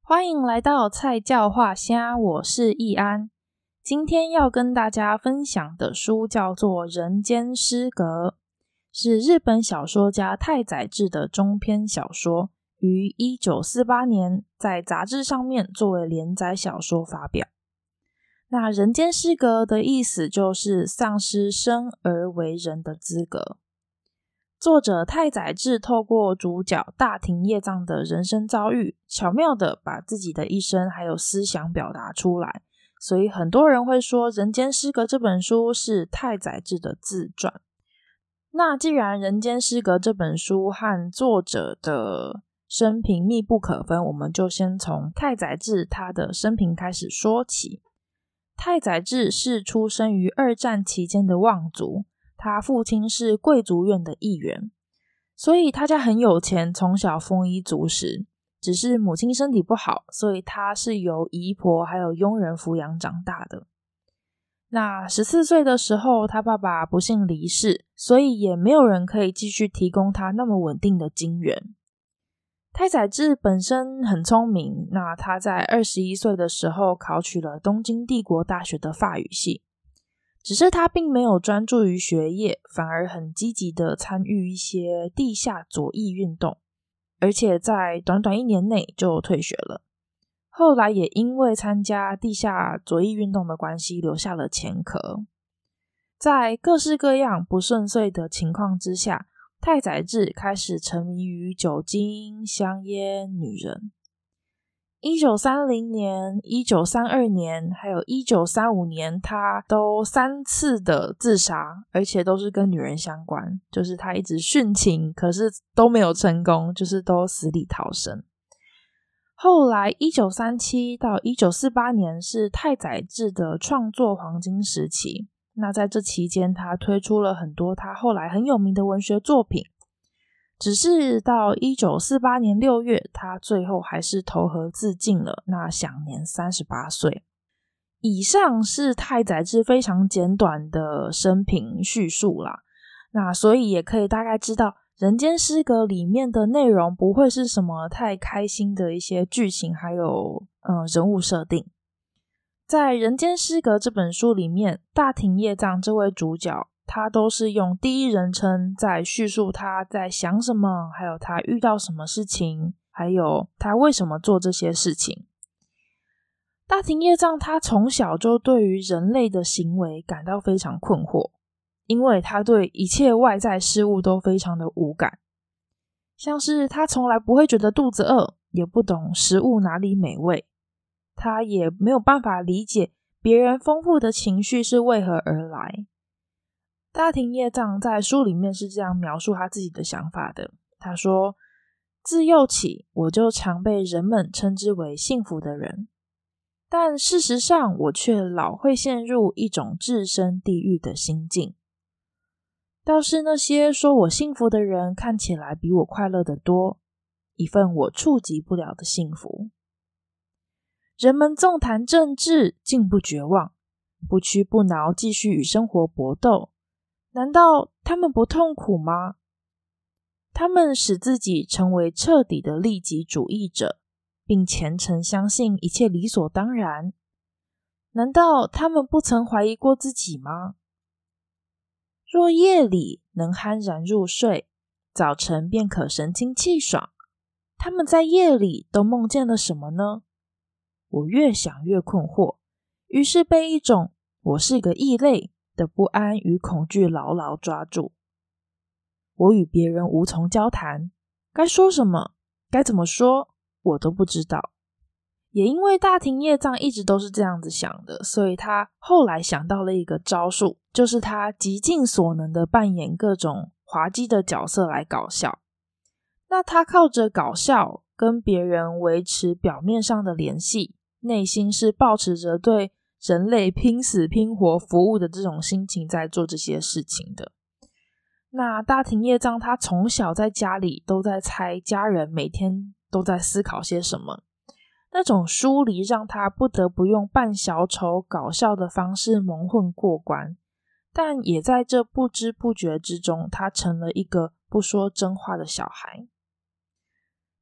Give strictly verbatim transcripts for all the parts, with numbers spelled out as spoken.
欢迎来到菜教话虾，我是易安。今天要跟大家分享的书叫做《人间失格》，是日本小说家太宰治的中篇小说，于一九四八年在杂志上面作为连载小说发表。那人间失格的意思就是丧失生而为人的资格。作者太宰治透过主角大庭叶藏的人生遭遇，巧妙地把自己的一生还有思想表达出来，所以很多人会说《人间失格》这本书是太宰治的自传。那既然《人间失格》这本书和作者的生平密不可分，我们就先从太宰治他的生平开始说起。太宰治是出生于二战期间的望族，他父亲是贵族院的议员，所以他家很有钱，从小丰衣足食。只是母亲身体不好，所以他是由姨婆还有佣人抚养长大的。那十四岁的时候，他爸爸不幸离世，所以也没有人可以继续提供他那么稳定的金源。太宰治本身很聪明，那他在二十一岁的时候考取了东京帝国大学的法语系。只是他并没有专注于学业，反而很积极的参与一些地下左翼运动，而且在短短一年内就退学了。后来也因为参加地下左翼运动的关系，留下了前科。在各式各样不顺遂的情况之下，太宰治开始沉迷于酒精、香烟、女人。一九三零年、一九三二年还有一九三五年，他都三次的自杀，而且都是跟女人相关，就是他一直殉情，可是都没有成功，就是都死里逃生。后来一九三七到一九四八年是太宰治的创作黄金时期，那在这期间他推出了很多他后来很有名的文学作品。只是到一九四八年六月，他最后还是投河自尽了，那享年三十八岁。以上是太宰治非常简短的生平叙述啦，那所以也可以大概知道人间失格里面的内容不会是什么太开心的一些剧情还有呃人物设定。在人间失格这本书里面，大庭叶藏这位主角他都是用第一人称在叙述他在想什么，还有他遇到什么事情，还有他为什么做这些事情。大庭叶藏他从小就对于人类的行为感到非常困惑，因为他对一切外在事物都非常的无感，像是他从来不会觉得肚子饿，也不懂食物哪里美味，他也没有办法理解别人丰富的情绪是为何而来。大庭叶藏在书里面是这样描述他自己的想法的，他说，自幼起我就常被人们称之为幸福的人，但事实上我却老会陷入一种置身地狱的心境。倒是那些说我幸福的人看起来比我快乐得多，一份我触及不了的幸福。人们纵谈政治，竟不绝望，不屈不挠，继续与生活搏斗。难道他们不痛苦吗？他们使自己成为彻底的利己主义者，并虔诚相信一切理所当然。难道他们不曾怀疑过自己吗？若夜里能酣然入睡，早晨便可神清气爽，他们在夜里都梦见了什么呢？我越想越困惑，于是被一种我是个异类的不安与恐惧牢牢抓住。我与别人无从交谈，该说什么，该怎么说，我都不知道。也因为大庭叶藏一直都是这样子想的，所以他后来想到了一个招数，就是他极尽所能的扮演各种滑稽的角色来搞笑。那他靠着搞笑跟别人维持表面上的联系，内心是抱持着对人类拼死拼活服务的这种心情在做这些事情的。那大庭叶藏他从小在家里都在猜家人每天都在思考些什么，那种疏离让他不得不用扮小丑搞笑的方式蒙混过关，但也在这不知不觉之中，他成了一个不说真话的小孩。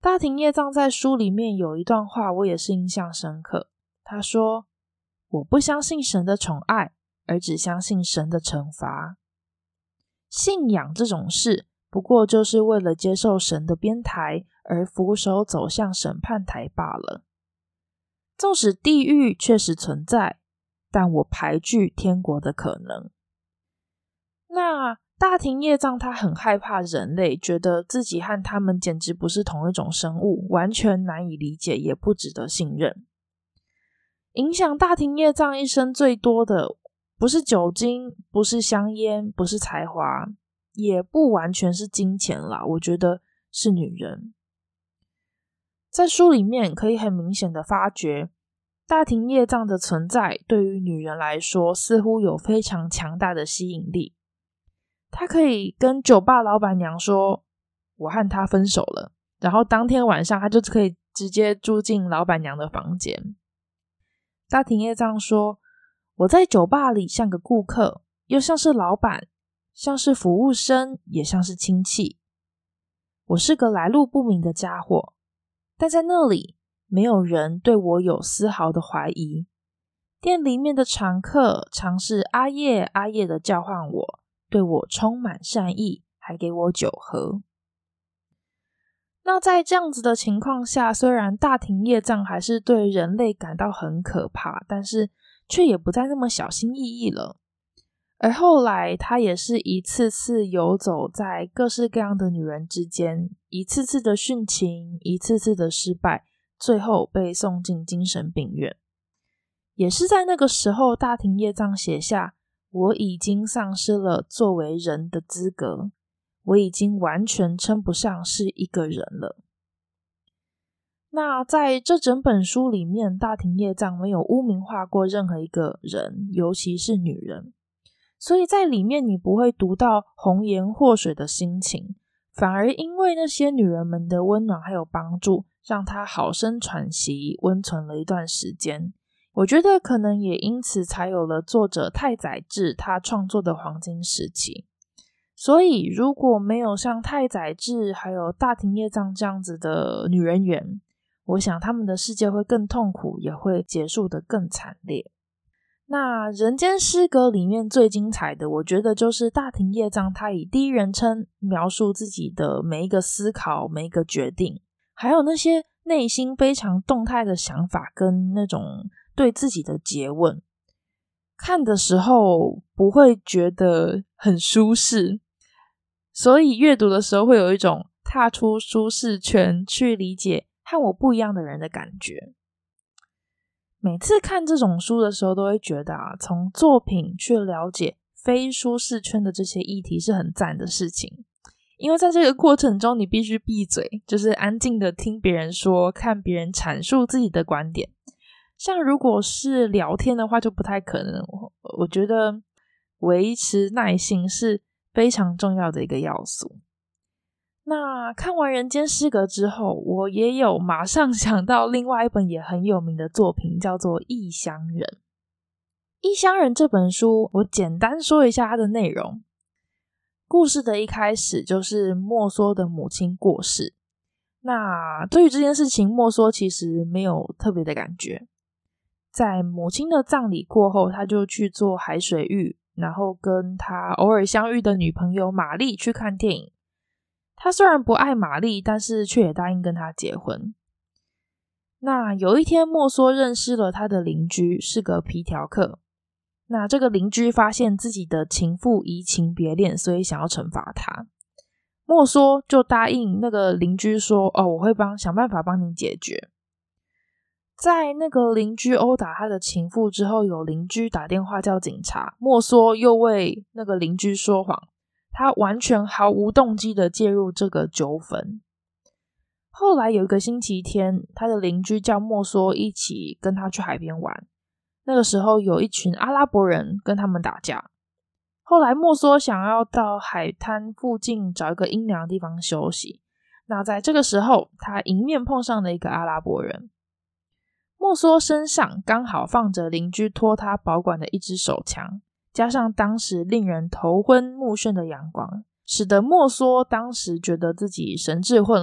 大庭业藏在书里面有一段话我也是印象深刻，他说，我不相信神的宠爱，而只相信神的惩罚。信仰这种事不过就是为了接受神的编排而俯首走向审判台罢了。纵使地狱确实存在，但我排拒天国的可能。那大庭业藏他很害怕人类，觉得自己和他们简直不是同一种生物，完全难以理解，也不值得信任。影响大庭业藏一生最多的不是酒精，不是香烟，不是才华，也不完全是金钱啦，我觉得是女人。在书里面可以很明显的发觉，大庭业藏的存在对于女人来说似乎有非常强大的吸引力。他可以跟酒吧老板娘说，我和他分手了，然后当天晚上他就可以直接住进老板娘的房间。大庭业藏说，我在酒吧里像个顾客，又像是老板，像是服务生，也像是亲戚。我是个来路不明的家伙，但在那里没有人对我有丝毫的怀疑。店里面的常客常是阿叶阿叶的叫唤我，对我充满善意，还给我酒喝。那在这样子的情况下，虽然大庭业藏还是对人类感到很可怕，但是却也不再那么小心翼翼了。而后来他也是一次次游走在各式各样的女人之间，一次次的殉情，一次次的失败，最后被送进精神病院。也是在那个时候，大庭业藏写下，我已经丧失了作为人的资格，我已经完全称不上是一个人了。那在这整本书里面，大庭业藏没有污名化过任何一个人，尤其是女人，所以在里面你不会读到红颜祸水的心情，反而因为那些女人们的温暖还有帮助，让他好生喘息，温存了一段时间。我觉得可能也因此才有了作者太宰治他创作的黄金时期。所以如果没有像太宰治还有大庭业藏这样子的女人缘，我想他们的世界会更痛苦，也会结束得更惨烈。那人间失格里面最精彩的，我觉得就是大庭业藏他以第一人称描述自己的每一个思考，每一个决定，还有那些内心非常动态的想法跟那种对自己的诘问。看的时候不会觉得很舒适，所以阅读的时候会有一种踏出舒适圈去理解和我不一样的人的感觉。每次看这种书的时候都会觉得啊，从作品去了解非舒适圈的这些议题是很赞的事情，因为在这个过程中你必须闭嘴，就是安静的听别人说，看别人阐述自己的观点。像如果是聊天的话就不太可能，我觉得维持耐心是非常重要的一个要素。那看完人间失格之后，我也有马上想到另外一本也很有名的作品，叫做异乡人。异乡人这本书我简单说一下它的内容。故事的一开始就是莫梭的母亲过世，那对于这件事情莫梭其实没有特别的感觉。在母亲的葬礼过后，他就去做海水浴，然后跟他偶尔相遇的女朋友玛丽去看电影。他虽然不爱玛丽，但是却也答应跟他结婚。那有一天莫梭认识了他的邻居，是个皮条客。那这个邻居发现自己的情妇移情别恋，所以想要惩罚他。莫梭就答应那个邻居说，哦，我会帮想办法帮你解决。在那个邻居殴打他的情妇之后，有邻居打电话叫警察，莫梭又为那个邻居说谎，他完全毫无动机的介入这个纠纷。后来有一个星期天，他的邻居叫莫梭一起跟他去海边玩，那个时候有一群阿拉伯人跟他们打架。后来莫梭想要到海滩附近找一个阴凉的地方休息，那在这个时候他迎面碰上了一个阿拉伯人。莫梭身上刚好放着邻居托他保管的一支手枪，加上当时令人头昏目眩的阳光，使得莫梭当时觉得自己神志混乱，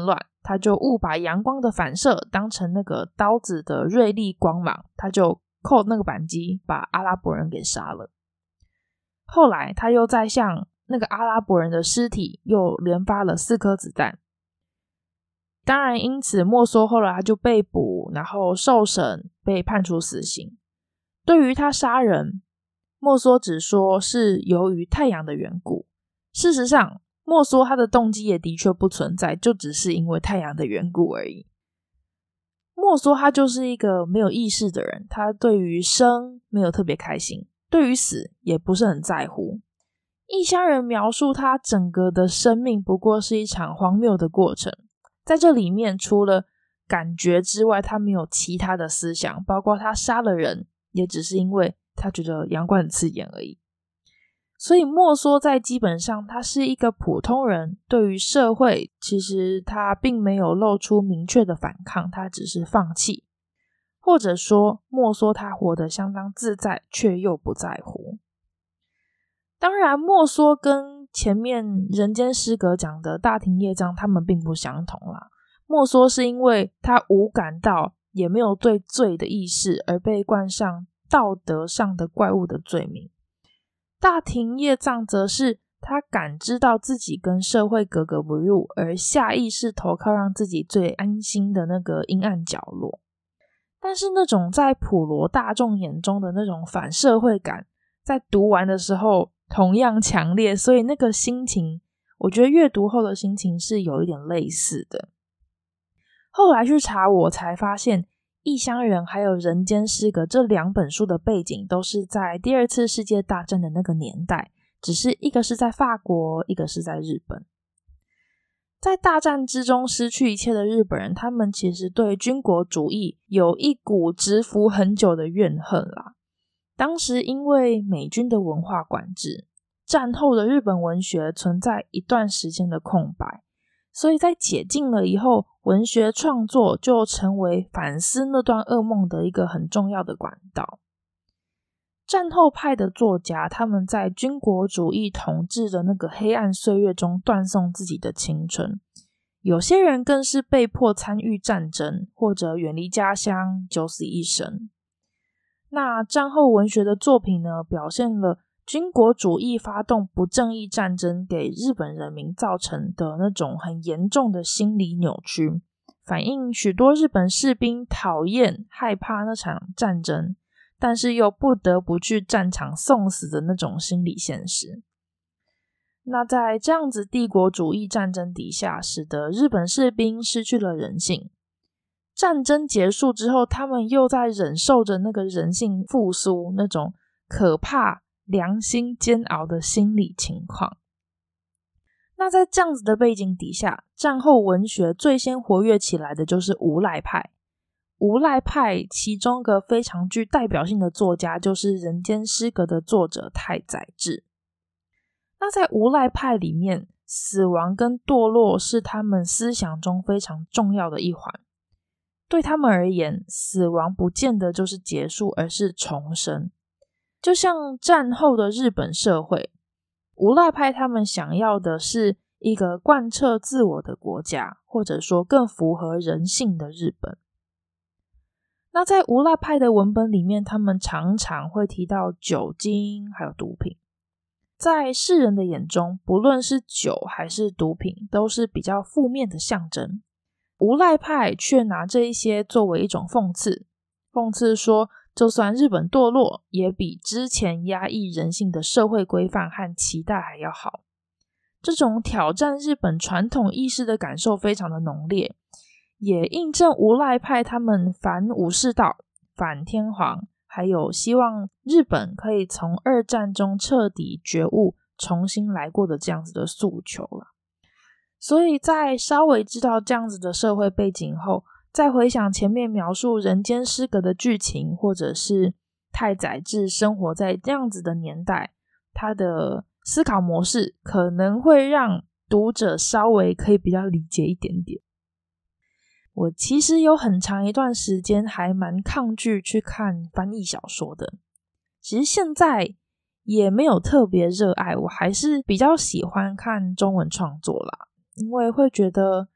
他就误把阳光的反射当成那个刀子的锐利光芒，他就扣那个扳机把阿拉伯人给杀了。后来他又再向那个阿拉伯人的尸体又连发了四颗子弹。当然因此莫梭后来他就被捕，然后受审，被判处死刑。对于他杀人，莫梭只说是由于太阳的缘故，事实上莫梭他的动机也的确不存在，就只是因为太阳的缘故而已。莫梭他就是一个没有意识的人，他对于生没有特别开心，对于死也不是很在乎。异乡人描述他整个的生命不过是一场荒谬的过程，在这里面除了感觉之外，他没有其他的思想，包括他杀了人也只是因为他觉得阳光很刺眼而已。所以莫梭在基本上他是一个普通人，对于社会其实他并没有露出明确的反抗，他只是放弃，或者说莫梭他活得相当自在却又不在乎。当然莫梭跟前面人间失格讲的大庭业障他们并不相同啦。莫梭是因为他无感到也没有对罪的意识而被冠上道德上的怪物的罪名，大庭业障则是他感知到自己跟社会格格不入，而下意识投靠让自己最安心的那个阴暗角落。但是那种在普罗大众眼中的那种反社会感，在读完的时候同样强烈，所以那个心情我觉得阅读后的心情是有一点类似的。后来去查我才发现异乡人还有人间失格这两本书的背景都是在第二次世界大战的那个年代，只是一个是在法国，一个是在日本。在大战之中失去一切的日本人，他们其实对军国主义有一股蛰伏很久的怨恨啦。当时因为美军的文化管制，战后的日本文学存在一段时间的空白，所以在解禁了以后，文学创作就成为反思那段噩梦的一个很重要的管道。战后派的作家，他们在军国主义统治的那个黑暗岁月中断送自己的青春，有些人更是被迫参与战争，或者远离家乡，九死一生。那战后文学的作品呢，表现了军国主义发动不正义战争给日本人民造成的那种很严重的心理扭曲，反映许多日本士兵讨厌害怕那场战争，但是又不得不去战场送死的那种心理现实。那在这样子帝国主义战争底下，使得日本士兵失去了人性。战争结束之后，他们又在忍受着那个人性复苏，那种可怕良心煎熬的心理情况。那在这样子的背景底下，战后文学最先活跃起来的就是无赖派。无赖派其中一个非常具代表性的作家就是人间失格的作者太宰治。那在无赖派里面，死亡跟堕落是他们思想中非常重要的一环。对他们而言，死亡不见得就是结束，而是重生。就像战后的日本社会，无赖派他们想要的是一个贯彻自我的国家，或者说更符合人性的日本。那在无赖派的文本里面，他们常常会提到酒精还有毒品。在世人的眼中，不论是酒还是毒品，都是比较负面的象征。无赖派却拿这一些作为一种讽刺，讽刺说就算日本堕落，也比之前压抑人性的社会规范和期待还要好。这种挑战日本传统意识的感受非常的浓烈，也印证无赖派他们反武士道、反天皇，还有希望日本可以从二战中彻底觉悟，重新来过的这样子的诉求啦。所以在稍微知道这样子的社会背景后，再回想前面描述人间失格的剧情，或者是太宰治生活在这样子的年代，他的思考模式可能会让读者稍微可以比较理解一点点。我其实有很长一段时间还蛮抗拒去看翻译小说的，其实现在也没有特别热爱，我还是比较喜欢看中文创作啦，因为会觉得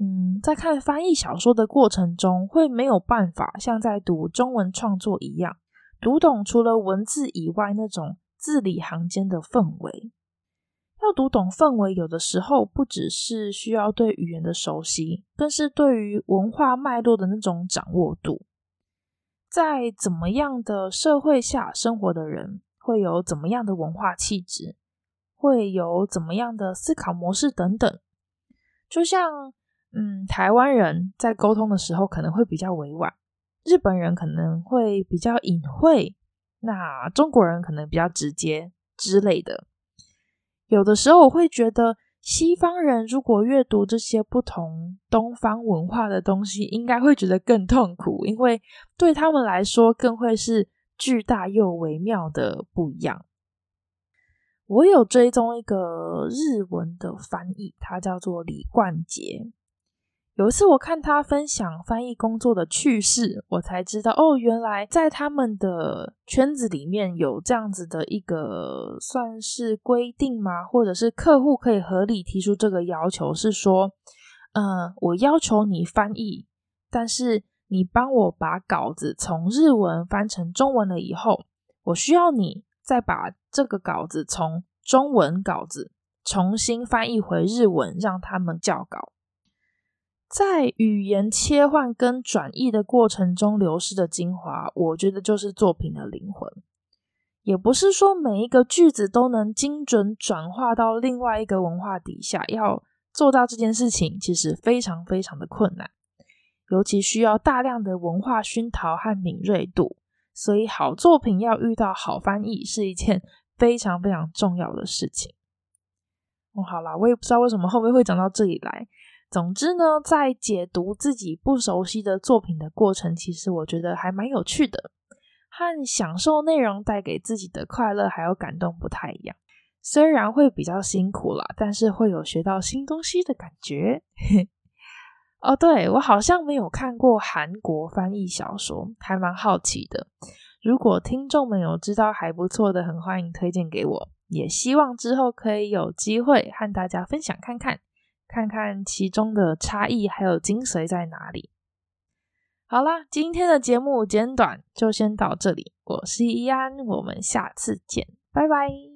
嗯，在看翻译小说的过程中，会没有办法像在读中文创作一样，读懂除了文字以外那种字里行间的氛围。要读懂氛围，有的时候不只是需要对语言的熟悉，更是对于文化脉络的那种掌握度。在怎么样的社会下生活的人，会有怎么样的文化气质，会有怎么样的思考模式等等。就像嗯，台湾人在沟通的时候可能会比较委婉，日本人可能会比较隐晦，那中国人可能比较直接之类的。有的时候我会觉得西方人如果阅读这些不同东方文化的东西，应该会觉得更痛苦，因为对他们来说更会是巨大又微妙的不一样。我有追踪一个日文的翻译，他叫做李冠杰。有一次我看他分享翻译工作的趣事，我才知道哦，原来在他们的圈子里面有这样子的一个算是规定吗？或者是客户可以合理提出这个要求，是说呃，我要求你翻译，但是你帮我把稿子从日文翻成中文了以后，我需要你再把这个稿子从中文稿子重新翻译回日文，让他们校稿。在语言切换跟转译的过程中流失的精华，我觉得就是作品的灵魂。也不是说每一个句子都能精准转化到另外一个文化底下，要做到这件事情其实非常非常的困难，尤其需要大量的文化熏陶和敏锐度，所以好作品要遇到好翻译是一件非常非常重要的事情。哦，好啦，我也不知道为什么后面会讲到这里来。总之呢，在解读自己不熟悉的作品的过程，其实我觉得还蛮有趣的，和享受内容带给自己的快乐还有感动不太一样。虽然会比较辛苦啦，但是会有学到新东西的感觉。哦，对，我好像没有看过韩国翻译小说，还蛮好奇的。如果听众们有知道还不错的，很欢迎推荐给我，也希望之后可以有机会和大家分享看看。看看其中的差异还有精髓在哪里。好啦，今天的节目简短就先到这里，我是依安，我们下次见，拜拜。